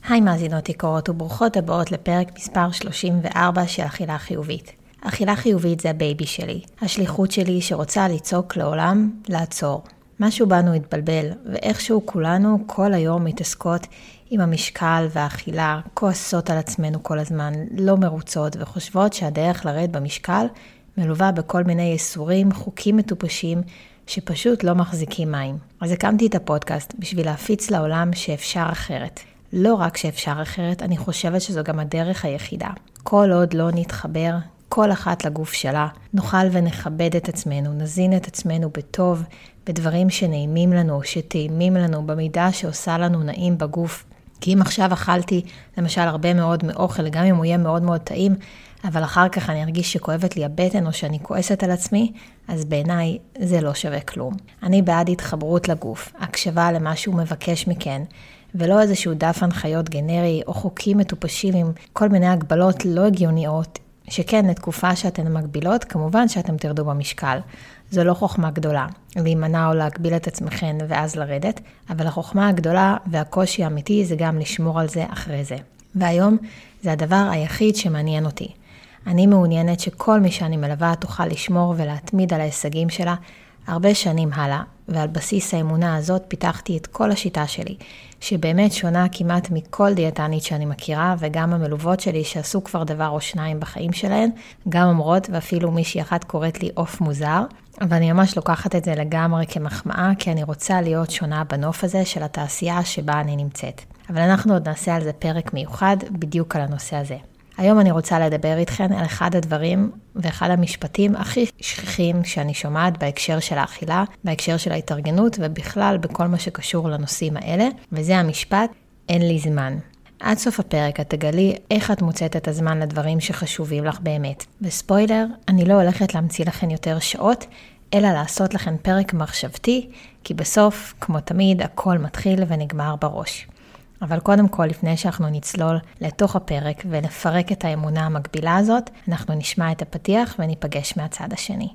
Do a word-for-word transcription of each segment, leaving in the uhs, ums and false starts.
היי מאזינות יקרות וברוכות הבאות לפרק מספר שלושים וארבע של אכילה חיובית. אכילה חיובית זה הבייבי שלי, השליחות שלי שרוצה לצעוק לעולם, לעצור. משהו בנו התבלבל, ואיכשהו כולנו כל היום מתעסקות עם המשקל והאכילה, כועסות על עצמנו כל הזמן, לא מרוצות וחושבות שהדרך לרד במשקל מלווה בכל מיני יסורים, חוקים מטופשים שפשוט לא מחזיקים מים. אז הקמתי את הפודקאסט בשביל להפיץ לעולם שאפשר אחרת. לא רק שאפשר אחרת, אני חושבת שזו גם הדרך היחידה. כל עוד לא נתחבר, כל אחת לגוף שלה, נאכל ונכבד את עצמנו, נזין את עצמנו בטוב, בדברים שנעימים לנו, שטעימים לנו, במידה שעושה לנו נעים בגוף. כי אם עכשיו אכלתי, למשל, הרבה מאוד מאוכל, גם אם הוא יהיה מאוד מאוד טעים, אבל אחר כך אני ארגיש שכואבת לי הבטן או שאני כועסת על עצמי, אז בעיניי זה לא שווה כלום. אני בעד התחברות לגוף, הקשבה למה שהוא מבקש מכן, ולא איזשהו דף הנחיות גנרי או חוקים מטופשים עם כל מיני הגבלות לא הגיוניות, שכן לתקופה שאתן מגבילות, כמובן שאתם תרדו במשקל. זו לא חוכמה גדולה, להימנע או להגביל את עצמכן ואז לרדת, אבל החוכמה הגדולה והקושי האמיתי זה גם לשמור על זה אחרי זה. והיום זה הדבר היחיד שמעניין אותי. אני מעוניינת שכל מי שאני מלווה תוכל לשמור ולהתמיד על ההישגים שלה הרבה שנים הלאה, ועל בסיס האמונה הזאת פיתחתי את כל השיטה שלי, שבאמת שונה כמעט מכל דיאטנית שאני מכירה, וגם המלוות שלי שעשו כבר דבר או שניים בחיים שלהן, גם אומרות, ואפילו מישהי אחת קוראת לי אוף מוזר, אבל אני ממש לוקחת את זה לגמרי כמחמאה, כי אני רוצה להיות שונה בנוף הזה של התעשייה שבה אני נמצאת. אבל אנחנו עוד נעשה על זה פרק מיוחד, בדיוק על הנושא הזה. היום אני רוצה לדבר איתכן על אחד הדברים ואחד המשפטים הכי שכיחים שאני שומעת בהקשר של האכילה, בהקשר של ההתארגנות ובכלל בכל מה שקשור לנושאים האלה, וזה המשפט, אין לי זמן. עד סוף הפרק את תגלי איך את מוצאת את הזמן לדברים שחשובים לך באמת. וספוילר, אני לא הולכת להמציא לכן יותר שעות, אלא לעשות לכן פרק מחשבתי, כי בסוף, כמו תמיד, הכל מתחיל ונגמר בראש. אבל קודם כל, לפני שאנחנו נצלול לתוך הפרק ונפרק את האמונה המקבילה הזאת, אנחנו נשמע את הפתיח וניפגש מהצד השני.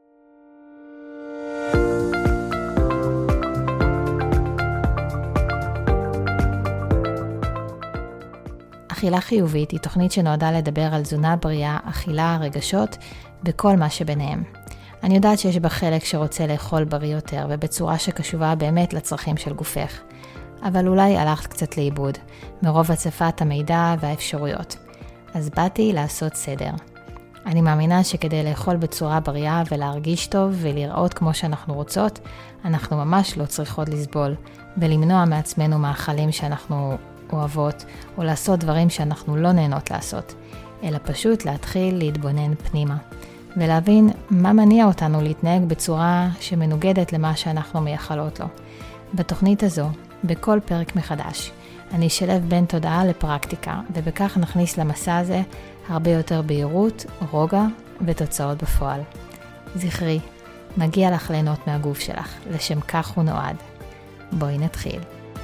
אכילה חיובית היא תוכנית שנועדה לדבר על תזונה בריאה, אכילה, רגשות וכל מה שביניהם. אני יודעת שיש בה חלק שרוצה לאכול בריא יותר ובצורה שקשובה באמת לצרכים של גופך. אבל אולי הלכת קצת לאיבוד, מרוב הצפת המידע והאפשרויות. אז באתי לעשות סדר. אני מאמינה שכדי לאכול בצורה בריאה ולהרגיש טוב ולראות כמו שאנחנו רוצות, אנחנו ממש לא צריכות לסבול, ולמנוע מעצמנו מאכלים שאנחנו אוהבות, או לעשות דברים שאנחנו לא נהנות לעשות, אלא פשוט להתחיל להתבונן פנימה, ולהבין מה מניע אותנו להתנהג בצורה שמנוגדת למה שאנחנו מייחלות לו. בתוכנית הזו, בכל פרק מחדש, אני אשלב בין תודעה לפרקטיקה, ובכך נכניס למסע הזה הרבה יותר בהירות, רוגע ותוצאות בפועל. זכרי, מגיע לך ליהנות מהגוף שלך, לשם כך הוא נועד. בואי נתחיל.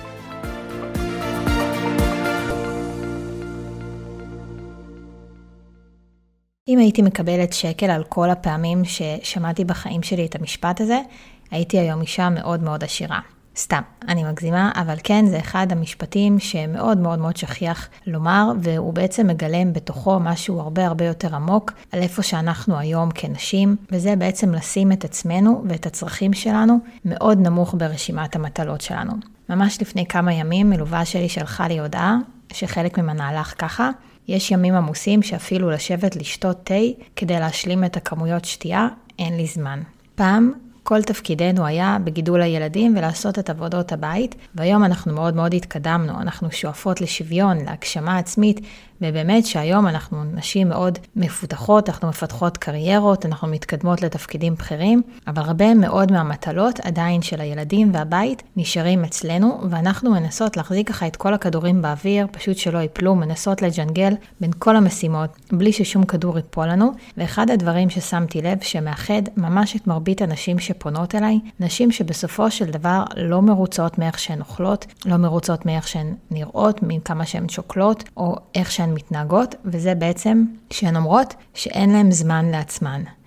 אם הייתי מקבלת שקל על כל הפעמים ששמעתי בחיים שלי את המשפט הזה, הייתי היום אישה מאוד מאוד עשירה. סתם, אני מגזימה, אבל כן, זה אחד המשפטים שמאוד מאוד מאוד שכיח לומר, והוא בעצם מגלם בתוכו משהו הרבה הרבה יותר עמוק על איפה שאנחנו היום כנשים, וזה בעצם לשים את עצמנו ואת הצרכים שלנו מאוד נמוך ברשימת המטלות שלנו. ממש לפני כמה ימים מלווה שלי שלחה לי הודעה, שחלק ממנה הלך ככה, יש ימים עמוסים שאפילו לשבת לשתות תה כדי להשלים את הכמויות שתייה, אין לי זמן. פעם, כל תפקידנו היה בגידול הילדים ולעשות את עבודות הבית, והיום אנחנו מאוד מאוד התקדמנו, אנחנו שואפות לשוויון, להגשמה עצמית, ובאמת שהיום אנחנו נשים מאוד מפותחות, אנחנו מפתחות קריירות, אנחנו מתקדמות לתפקידים בכירים, אבל הרבה מאוד מהמטלות עדיין של הילדים והבית נשארים אצלנו, ואנחנו מנסות להחזיק ככה את כל הכדורים באוויר, פשוט שלא ייפלו, מנסות לג'נגל בין כל המשימות, בלי ששום כדור ייפול לנו, ואחד הדברים ששמתי לב שמאחד ממש את מרבית הנשים שפונות אליי, נשים שבסופו של דבר לא מרוצות מאיך שהן אוכלות, לא מרוצות מאיך שהן נראות, מכמה שהן שוקלות, או איך שהן מתנהגות, וזה בעצם שהן אומרות שאין להן זמן לעצמן.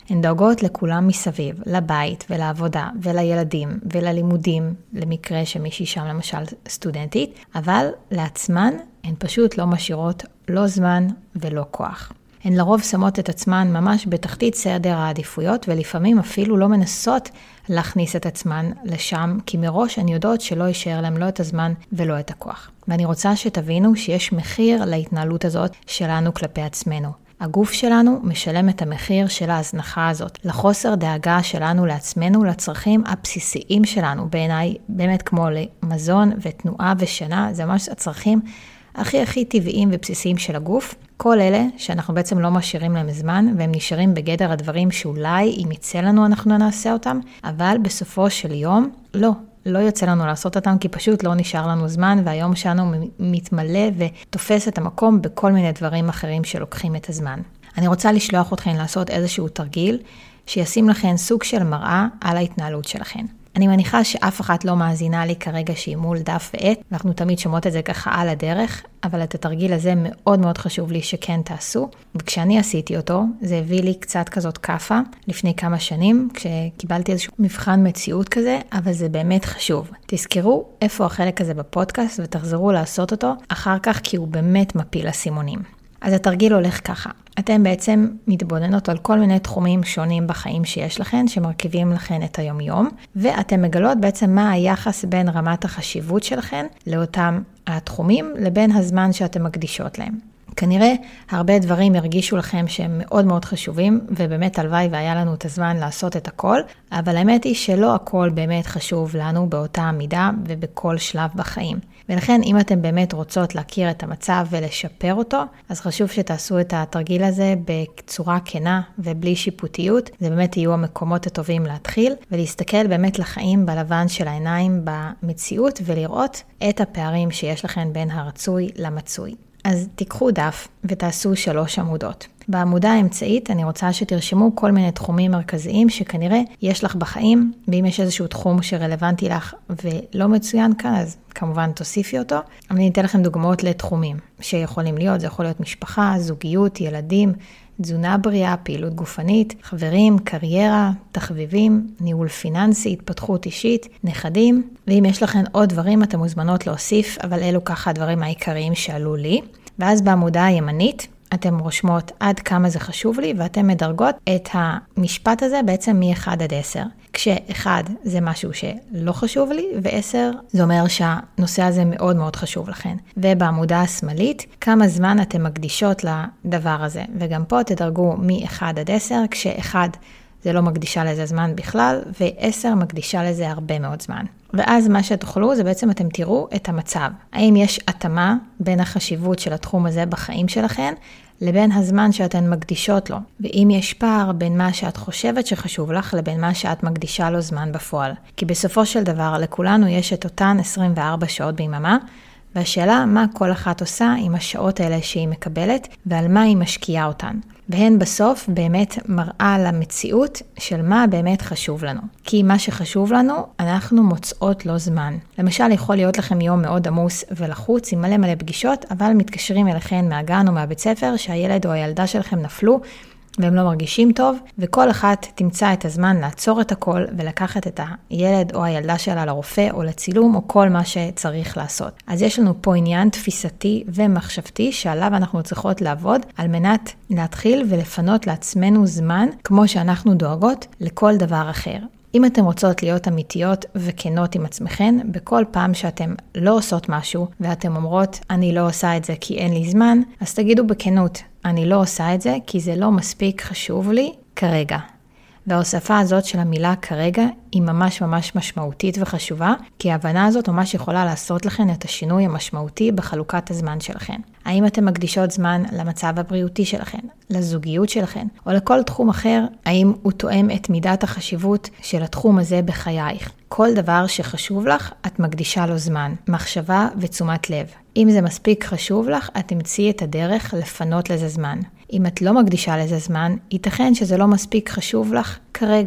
הן דואגות לכולם מסביב, לבית ולעבודה ולילדים וללימודים, למקרה שמישהי שם למשל סטודנטית, אבל לעצמן הן פשוט לא משאירות לא זמן ולא כוח. הן לרוב שמות את עצמן ממש בתחתית סדר העדיפויות, ולפעמים אפילו לא מנסות להכניס את עצמן לשם, כי מראש הן יודעות שלא יישאר להם לא את הזמן ולא את הכוח. ואני רוצה שתבינו שיש מחיר להתנהלות הזאת שלנו כלפי עצמנו. הגוף שלנו משלם את המחיר של ההזנחה הזאת, לחוסר דאגה שלנו לעצמנו, לצרכים הבסיסיים שלנו, בעיניי באמת כמו למזון ותנועה ושינה, זה ממש הצרכים הכי הכי טבעיים ובסיסיים של הגוף. כל אלה שאנחנו בעצם לא משאירים להם זמן, והם נשארים בגדר הדברים שאולי אם יצא לנו אנחנו נעשה אותם, אבל בסופו של יום לא, לא יוצא לנו לעשות אותם, כי פשוט לא נשאר לנו זמן, והיום שלנו מתמלא ותופס את המקום בכל מיני דברים אחרים שלוקחים את הזמן. אני רוצה לשלוח אתכם לעשות איזשהו תרגיל, שישים לכם סוג של מראה על ההתנהלות שלכם. אני מניחה שאף אחת לא מאזינה לי כרגע שהיא מול דף ועט, אנחנו תמיד שומעות את זה ככה על הדרך, אבל את התרגיל הזה מאוד מאוד חשוב לי שכן תעשו, וכשאני עשיתי אותו, זה הביא לי קצת כזאת קפה לפני כמה שנים, כשקיבלתי איזשהו מבחן מציאות כזה, אבל זה באמת חשוב. תזכרו איפה החלק הזה בפודקאסט, ותחזרו לעשות אותו אחר כך, כי הוא באמת מפיל הסימונים. אז התרגיל הולך ככה. אתם בעצם מתבוננות על כל מיני תחומים שונים בחיים שיש לכם, שמרכיבים לכם את היום-יום, ואתם מגלות בעצם מה היחס בין רמת החשיבות שלכם לאותם התחומים, לבין הזמן שאתם מקדישות להם. כנראה הרבה דברים ירגישו לכם שהם מאוד מאוד חשובים, ובאמת הלוואי והיה לנו את הזמן לעשות את הכל, אבל האמת היא שלא הכל באמת חשוב לנו באותה מידה ובכל שלב בחיים. ולכן אם אתם באמת רוצות להכיר את המצב ולשפר אותו, אז חשוב שתעשו את התרגיל הזה בצורה כנה ובלי שיפוטיות. זה באמת יהיו המקומות הטובים להתחיל, ולהסתכל באמת לחיים בלבן של העיניים במציאות, ולראות את הפערים שיש לכם בין הרצוי למצוי. אז תיקחו דף ותעשו שלוש עמודות. בעמודה האמצעית אני רוצה שתרשמו כל מיני תחומים מרכזיים שכנראה יש לך בחיים, ואם יש איזשהו תחום שרלוונטי לך ולא מצוין כאן, אז כמובן תוסיפי אותו. אבל אני אתן לכם דוגמאות לתחומים שיכולים להיות, זה יכול להיות משפחה, זוגיות, ילדים, תזונה בריאה, פעילות גופנית, חברים, קריירה, תחביבים, ניהול פיננסי, התפתחות אישית, נכדים, ואם יש לכם עוד דברים אתם מוזמנות להוסיף, אבל אלו ככה הדברים העיקריים שעלו לי. ואז בעמודה הימנית אתם רושמות עד כמה זה חשוב לי, ואתם מדרגות את המשפט הזה בעצם מ-אחד עד עשר. כש-אחד זה משהו שלא חשוב לי, ו-עשר זה אומר שהנושא הזה מאוד מאוד חשוב לכם. ובעמודה השמאלית, כמה זמן אתם מקדישות לדבר הזה. וגם פה תדרגו מ-אחד עד עשר, כש-אחד זה לא מקדישה לזה זמן בכלל, ו-עשר מקדישה לזה הרבה מאוד זמן. ואז מה שתוכלו זה בעצם אתם תראו את המצב. האם יש התאמה בין החשיבות של התחום הזה בחיים שלכם, לבין הזמן שאתן מקדישות לו. ואם יש פער בין מה שאת חושבת שחשוב לך, לבין מה שאת מקדישה לו זמן בפועל. כי בסופו של דבר לכולנו יש את אותן עשרים וארבע שעות ביממה, והשאלה מה כל אחת עושה עם השעות האלה שהיא מקבלת, ועל מה היא משקיעה אותן. והן בסוף באמת מראה למציאות של מה באמת חשוב לנו. כי מה שחשוב לנו, אנחנו מוצאות לו זמן. למשל, יכול להיות לכם יום מאוד עמוס ולחוץ, עם מלא מלא פגישות, אבל מתקשרים אליכם מהגן או מהבית ספר, שהילד או הילדה שלכם נפלו, והם לא מרגישים טוב, וכל אחת תמצא את הזמן לעצור את הכל, ולקחת את הילד או הילדה שלה לרופא או לצילום, או כל מה שצריך לעשות. אז יש לנו פה עניין תפיסתי ומחשבתי, שעליו אנחנו צריכות לעבוד, על מנת להתחיל ולפנות לעצמנו זמן, כמו שאנחנו דואגות לכל דבר אחר. אם אתם רוצות להיות אמיתיות וכנות עם עצמכן, בכל פעם שאתם לא עושות משהו, ואתם אומרות, אני לא עושה את זה כי אין לי זמן, אז תגידו בכנות, אני לא עושה את זה כי זה לא מספיק חשוב לי כרגע. וההוספה הזאת של המילה כרגע היא ממש ממש משמעותית וחשובה, כי ההבנה הזאת ממש יכולה לעשות לכם את השינוי המשמעותי בחלוקת הזמן שלכם. האם אתם מקדישות זמן למצב הבריאותי שלכם, לזוגיות שלכם, או לכל תחום אחר, האם הוא תואם את מידת החשיבות של התחום הזה בחייך? כל דבר שחשוב לך, את מקדישה לו זמן, מחשבה ותשומת לב. אם זה מספיק חשוב לך, את תמצאי את הדרך לפנות לזה זמן. אם את לא מקדישה לזה זמן, ייתכן שזה לא מספיק חשוב לך כרגע.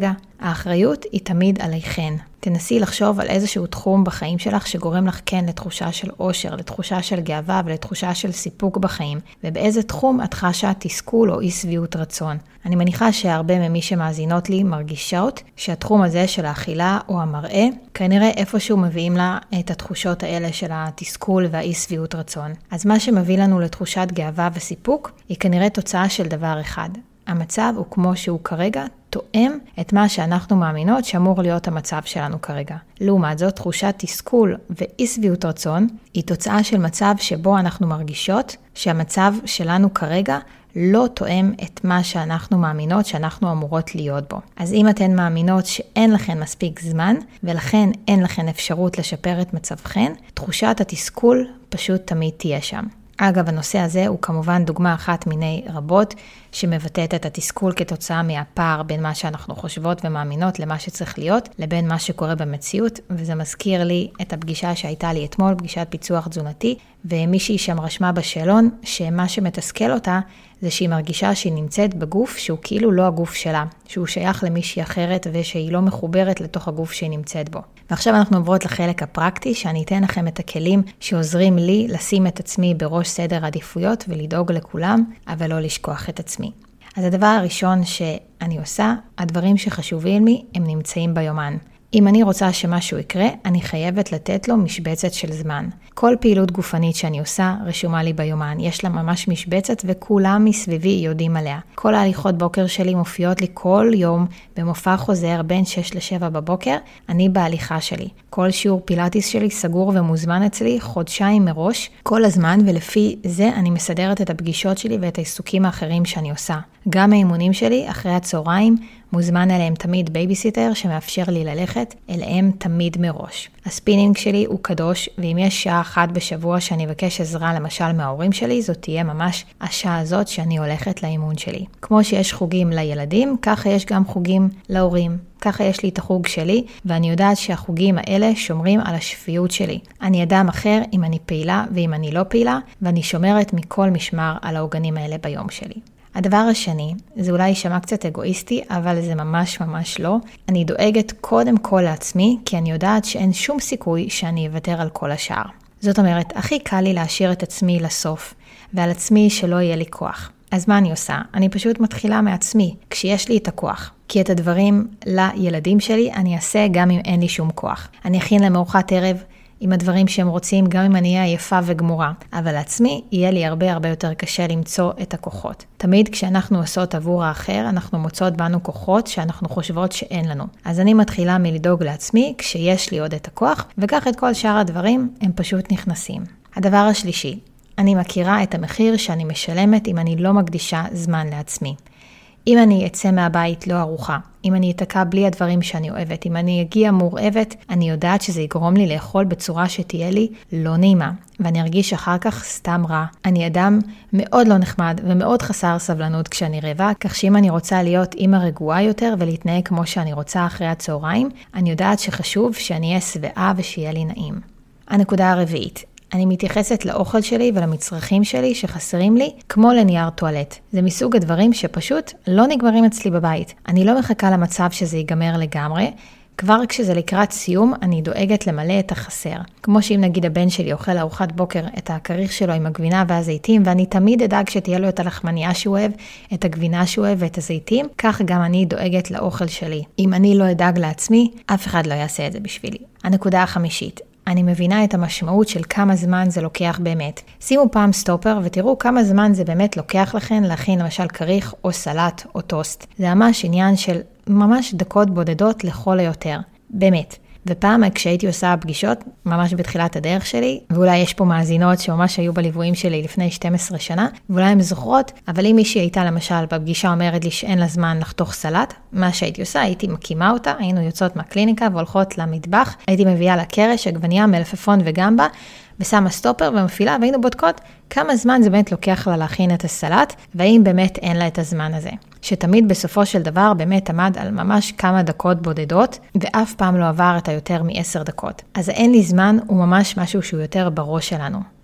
האחריות היא תמיד עליכן. תנסי לחשוב על איזשהו תחום בחיים שלך שגורם לך כן לתחושה של אושר, לתחושה של גאווה ולתחושה של סיפוק בחיים, ובאיזה תחום את חשה תסכול או אי שביעות רצון. אני מניחה שהרבה ממי שמאזינות לי מרגישות שהתחום הזה של האכילה או המראה, כנראה איפשהו מביאים לה את התחושות האלה של התסכול והאי שביעות רצון. אז מה שמביא לנו לתחושת גאווה וסיפוק היא כנראה תוצאה של דבר אחד. המצב הוא כמו שהוא כרגע תואם את מה שאנחנו מאמינות שאמור להיות המצב שלנו כרגע. לעומת זאת, תחושת תסכול ואי שביעות רצון היא תוצאה של מצב שבו אנחנו מרגישות שהמצב שלנו כרגע לא תואם את מה שאנחנו מאמינות שאנחנו אמורות להיות בו. אז אם אתן מאמינות שאין לכן מספיק זמן ולכן אין לכן אפשרות לשפר את מצבכן, תחושת התסכול פשוט תמיד תהיה שם. אגב, הנושא הזה הוא כמובן דוגמה אחת מיני רבות שמבטאת את התסכול כתוצאה מהפער בין מה שאנחנו חושבות ומאמינות למה שצריך להיות, לבין מה שקורה במציאות, וזה מזכיר לי את הפגישה שהייתה לי אתמול, פגישת פיצוח תזונתי, ומישהי שם רשמה בשאלון שמה שמתסכל אותה זה שהיא מרגישה שהיא נמצאת בגוף שהוא כאילו לא הגוף שלה, שהוא שייך למישהי אחרת ושהיא לא מחוברת לתוך הגוף שהיא נמצאת בו. ועכשיו אנחנו עוברות לחלק הפרקטי, שאני אתן לכם את הכלים שעוזרים לי לשים את עצמי בראש סדר עדיפויות ולדאוג לכולם, אבל לא לשכוח את עצמי. אז הדבר הראשון שאני עושה, הדברים שחשובים לי הם נמצאים ביומן. אם אני רוצה שמשהו יקרה, אני חייבת לתת לו משבצת של זמן. כל פעילות גופנית שאני עושה רשומה לי ביומן. יש לה ממש משבצת וכולם מסביבי יודעים עליה. כל ההליכות בוקר שלי מופיעות לי כל יום במופע חוזר בין שש לשבע בבוקר, אני בהליכה שלי. כל שיעור פילאטיס שלי סגור ומוזמן אצלי חודשיים מראש, כל הזמן, ולפי זה אני מסדרת את הפגישות שלי ואת העיסוקים האחרים שאני עושה. גם האימונים שלי אחרי הצהריים מוזמן אליהם תמיד בייביסיטר שמאפשר לי ללכת אליהם תמיד מראש. הספינינג שלי הוא קדוש, ואם יש שעה אחת בשבוע שאני אבקש עזרה למשל מההורים שלי, זאת תהיה ממש השעה הזאת שאני הולכת לאימון שלי. כמו שיש חוגים לילדים, ככה יש גם חוגים להורים. ככה יש לי את החוג שלי, ואני יודעת שהחוגים האלה שומרים על השפיות שלי. אני אדם אחר אם אני פעילה ואם אני לא פעילה, ואני שומרת מכל משמר על העוגנים האלה ביום שלי. הדבר השני, זה אולי יישמע קצת אגואיסטי, אבל זה ממש ממש לא. אני דואגת קודם כל לעצמי, כי אני יודעת שאין שום סיכוי שאני אוותר על כל השאר. זאת אומרת, הכי קל לי להשאיר את עצמי לסוף, ועל עצמי שלא יהיה לי כוח. אז מה אני עושה? אני פשוט מתחילה מעצמי, כשיש לי את הכוח. כי את הדברים לילדים שלי אני אעשה גם אם אין לי שום כוח. אני אכין להם ארוחת ערב עם הדברים שהם רוצים, גם אם אני אהיה עייפה וגמורה. אבל לעצמי יהיה לי הרבה הרבה יותר קשה למצוא את הכוחות. תמיד כשאנחנו עושות עבור האחר, אנחנו מוצאות בנו כוחות שאנחנו חושבות שאין לנו. אז אני מתחילה מלדאוג לעצמי כשיש לי עוד את הכוח, וכך את כל שאר הדברים הם פשוט נכנסים. הדבר השלישי, אני מכירה את המחיר שאני משלמת אם אני לא מקדישה זמן לעצמי. אם אני אצא מהבית לא ארוחה, אם אני אתקע בלי הדברים שאני אוהבת, אם אני אגיע מורעבת, אני יודעת שזה יגרום לי לאכול בצורה שתהיה לי לא נעימה, ואני ארגיש אחר כך סתם רע. אני אדם מאוד לא נחמד ומאוד חסר סבלנות כשאני רעבה, כך שאם אני רוצה להיות אימא רגועה יותר ולהתנהג כמו שאני רוצה אחרי הצהריים, אני יודעת שחשוב שאני אהיה שבעה ושיהיה לי נעים. הנקודה הרביעית, אני מתייחסת לאוכל שלי ולמצרכים שלי שחסרים לי כמו לנייר טואלט. זה מסוג הדברים שפשוט לא נגמרים אצלי בבית. אני לא מחכה למצב שזה ייגמר לגמרי. כבר כשזה לקראת סיום, אני דואגת למלא את החסר. כמו שאם נגיד הבן שלי אוכל ארוחת בוקר את הכריך שלו עם הגבינה והזיתים, ואני תמיד אדאג שתהיה לו את הלחמניה שהוא אוהב, את הגבינה שהוא אוהב ואת הזיתים, כך גם אני דואגת לאוכל שלי. אם אני לא אדאג לעצמי, אף אחד לא יעשה את זה בשבילי. הנקודה החמישית. אני מבינה את המשמעות של כמה זמן זה לוקח באמת. שימו פעם סטופר ותראו כמה זמן זה באמת לוקח לכם להכין למשל כריך או סלט או טוסט. זה ממש עניין של ממש דקות בודדות לכל היותר. באמת. ופעם כשהייתי עושה פגישות, ממש בתחילת הדרך שלי, ואולי יש פה מאזינות שממש היו בליוויים שלי לפני שתים עשרה שנה, ואולי הן זוכרות, אבל אם מישהי הייתה למשל בפגישה אומרת לי שאין לה זמן לחתוך סלט, מה שהייתי עושה, הייתי מקימה אותה, היינו יוצאות מהקליניקה והולכות למטבח, הייתי מביאה לה קרש, עגבנייה, מלפפון וגמבה, ושמה סטופר ומפעילה, והיינו בודקות כמה זמן זה באמת לוקח לה להכין את הסלט, והאם באמת אין לה את הזמן הזה. שתמיד בסופו של דבר באמת עמד על ממש כמה דקות בודדות, ואף פעם לא עבר את היותר מעשר דקות. אז אין לי זמן הוא ממש משהו שהוא יותר בראש שלנו.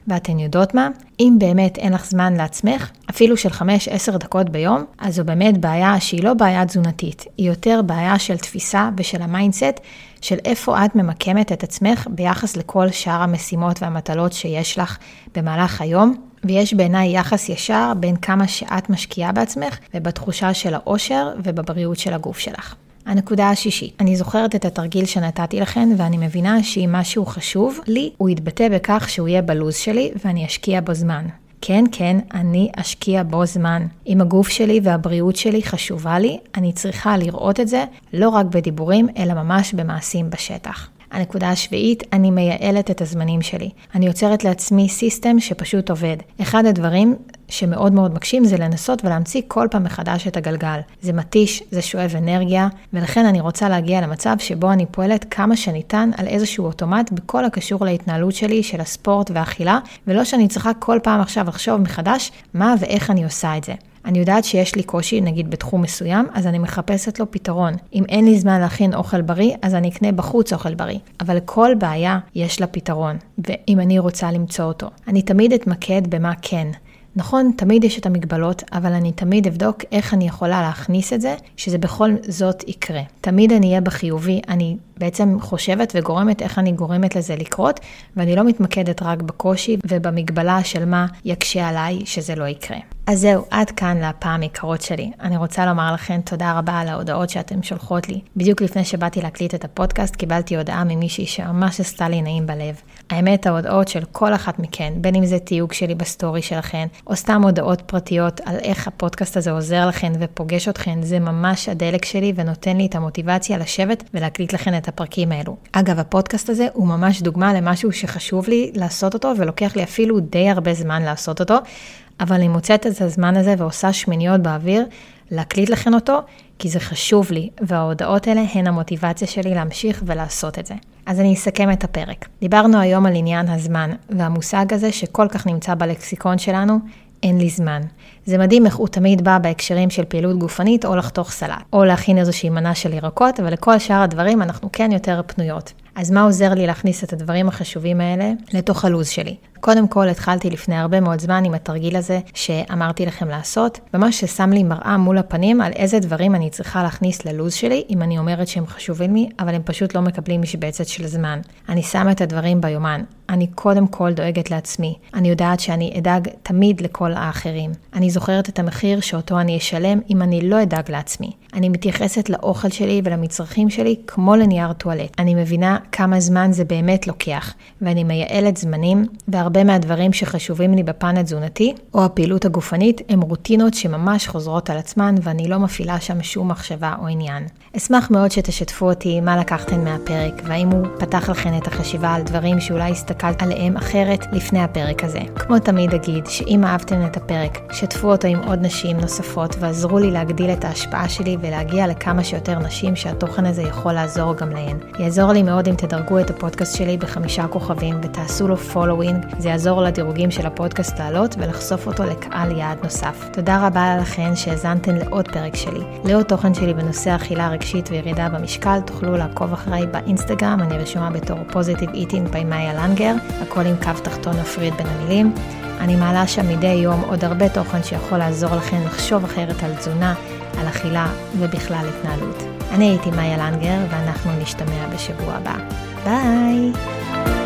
ואתן יודעות מה? אם באמת אין לך זמן לעצמך, אפילו של חמש עשר דקות ביום, אז זו באמת בעיה שהיא לא בעיה תזונתית, היא יותר בעיה של תפיסה ושל המיינדסט, של איפה את ממקמת את עצמך ביחס לכל שאר המשימות והמטלות שיש לך במהלך היום, ויש בעיניי יחס ישר בין כמה שאת משקיעה בעצמך ובתחושה של האושר ובבריאות של הגוף שלך. הנקודה השישית, אני זוכרת את התרגיל שנתתי לכן ואני מבינה שאם משהו חשוב לי, הוא יתבטא בכך שהוא יהיה בלוז שלי ואני אשקיע בו זמן. כן, כן, אני אשקיע בו זמן. אם הגוף שלי והבריאות שלי חשובה לי, אני צריכה לראות את זה לא רק בדיבורים, אלא ממש במעשים בשטח. הנקודה השביעית, אני מייעלת את הזמנים שלי. אני יוצרת לעצמי סיסטם שפשוט עובד. אחד הדברים שמאוד מאוד מקשים זה לנסות ולהמציא כל פעם מחדש את הגלגל. זה מתיש, זה שואב אנרגיה, ולכן אני רוצה להגיע למצב שבו אני פועלת כמה שניתן על איזשהו אוטומט בכל הקשור להתנהלות שלי של הספורט והאכילה, ולא שאני צריכה כל פעם עכשיו לחשוב מחדש מה ואיך אני עושה את זה. אני יודעת שיש לי קושי, נגיד בתחום מסוים, אז אני מחפשת לו פתרון. אם אין לי זמן להכין אוכל בריא, אז אני אקנה בחוץ אוכל בריא. אבל כל בעיה יש לה פתרון, ואם אני רוצה למצוא אותו. אני תמיד אתמקד במה כן. נכון, תמיד יש את המגבלות, אבל אני תמיד אבדוק איך אני יכולה להכניס את זה, שזה בכל זאת יקרה. תמיד אני אהיה בחיובי, אני בעצם חושבת וגורמת איך אני גורמת לזה לקרות, ואני לא מתמקדת רק בקושי ובמגבלה של מה יקשה עליי שזה לא יקרה. אז זהו, עד כאן להפעם יקרות שלי. אני רוצה לומר לכם תודה רבה על ההודעות שאתם שולחות לי. בדיוק לפני שבאתי להקליט את הפודקאסט, קיבלתי הודעה ממישהי שממש עשתה לי נעים בלב. האמת, ההודעות של כל אחת מכן, בין אם זה תיוג שלי בסטורי שלכן, או סתם הודעות פרטיות על איך הפודקאסט הזה עוזר לכן ופוגש אתכן, זה ממש הדלק שלי ונותן לי את המוטיבציה לשבת ולהקליט לכן את הפרקים האלו. אגב, הפודקאסט הזה הוא ממש דוגמה למשהו שחשוב לי לעשות אותו, ולוקח לי אפילו די הרבה זמן לעשות אותו, אבל אני מוצאת את הזמן הזה ועושה שמיניות באוויר להקליט לכן אותו, כי זה חשוב לי, וההודעות האלה הן המוטיבציה שלי להמשיך ולעשות את זה. אז אני אסכם את הפרק. דיברנו היום על עניין הזמן, והמושג הזה שכל כך נמצא בלקסיקון שלנו, אין לי זמן. זה מדהים איך הוא תמיד בא בהקשרים של פעילות גופנית או לחתוך סלט, או להכין איזושהי מנה של ירקות, אבל לכל שאר הדברים אנחנו כן יותר פנויות. אז מה עוזר לי להכניס את הדברים החשובים האלה לתוך הלוז שלי? קודם כל התחלתי לפני הרבה מאוד זמן עם התרגיל הזה שאמרתי לכם לעשות, ממש ששם לי מראה מול הפנים על איזה דברים אני צריכה להכניס ללוז שלי, אם אני אומרת שהם חשובים לי, אבל הם פשוט לא מקבלים משבצת של זמן. אני שמה את הדברים ביומן. אני קודם כל דואגת לעצמי. אני יודעת שאני אדאג תמיד לכל האחרים. אני זוכרת את המחיר שאותו אני אשלם אם אני לא אדאג לעצמי. אני מתייחסת לאוכל שלי ולמצרכים שלי כמו לנייר טואלט. אני מבינה כמה זמן זה באמת לוקח, ואני מייעלת זמנים, והרבה מהדברים שחשובים לי בפן התזונתי, או הפעילות הגופנית, הם רוטינות שממש חוזרות על עצמן, ואני לא מפעילה שם שום מחשבה או עניין. אשמח מאוד שתשתפו אותי מה לקחתן מהפרק, והאם הוא פתח לכן את החשיבה על דברים שאולי הסתכלת עליהם אחרת לפני הפרק הזה. כמו תמיד אגיד שאם אהבתן את הפרק, שתפו אותו עם עוד נשים נוספות, ועזרו לי להגדיל את ההשפעה שלי ולהגיע לכמה שיותר נשים שהתוכן הזה יכול לעזור גם להן. יעזור לי מאוד אם תדרגו את הפודקאסט שלי בחמישה כוכבים ותעשו לו פולווינג, זה יעזור לדירוגים של הפודקאסט לעלות ולחשוף אותו לקהל יעד נוסף. תודה רבה לכן שהזנתן לעוד פרק שלי. לעוד תוכן שלי בנושא אכילה רגשית וירידה במשקל, תוכלו לעקוב אחריי באינסטגרם, אני רשומה בתור Positive Eating by מאיה לנגר, הכל עם קו תחתון מפריד בין המילים. אני מעלה שם מדי יום עוד הרבה תוכן שיכול לעזור לכן לחשוב אחרת על תזונה, על אכילה ובכלל התנהלות. אני הייתי מאיה לנגר ואנחנו נשתמע בשבוע הבא. ביי!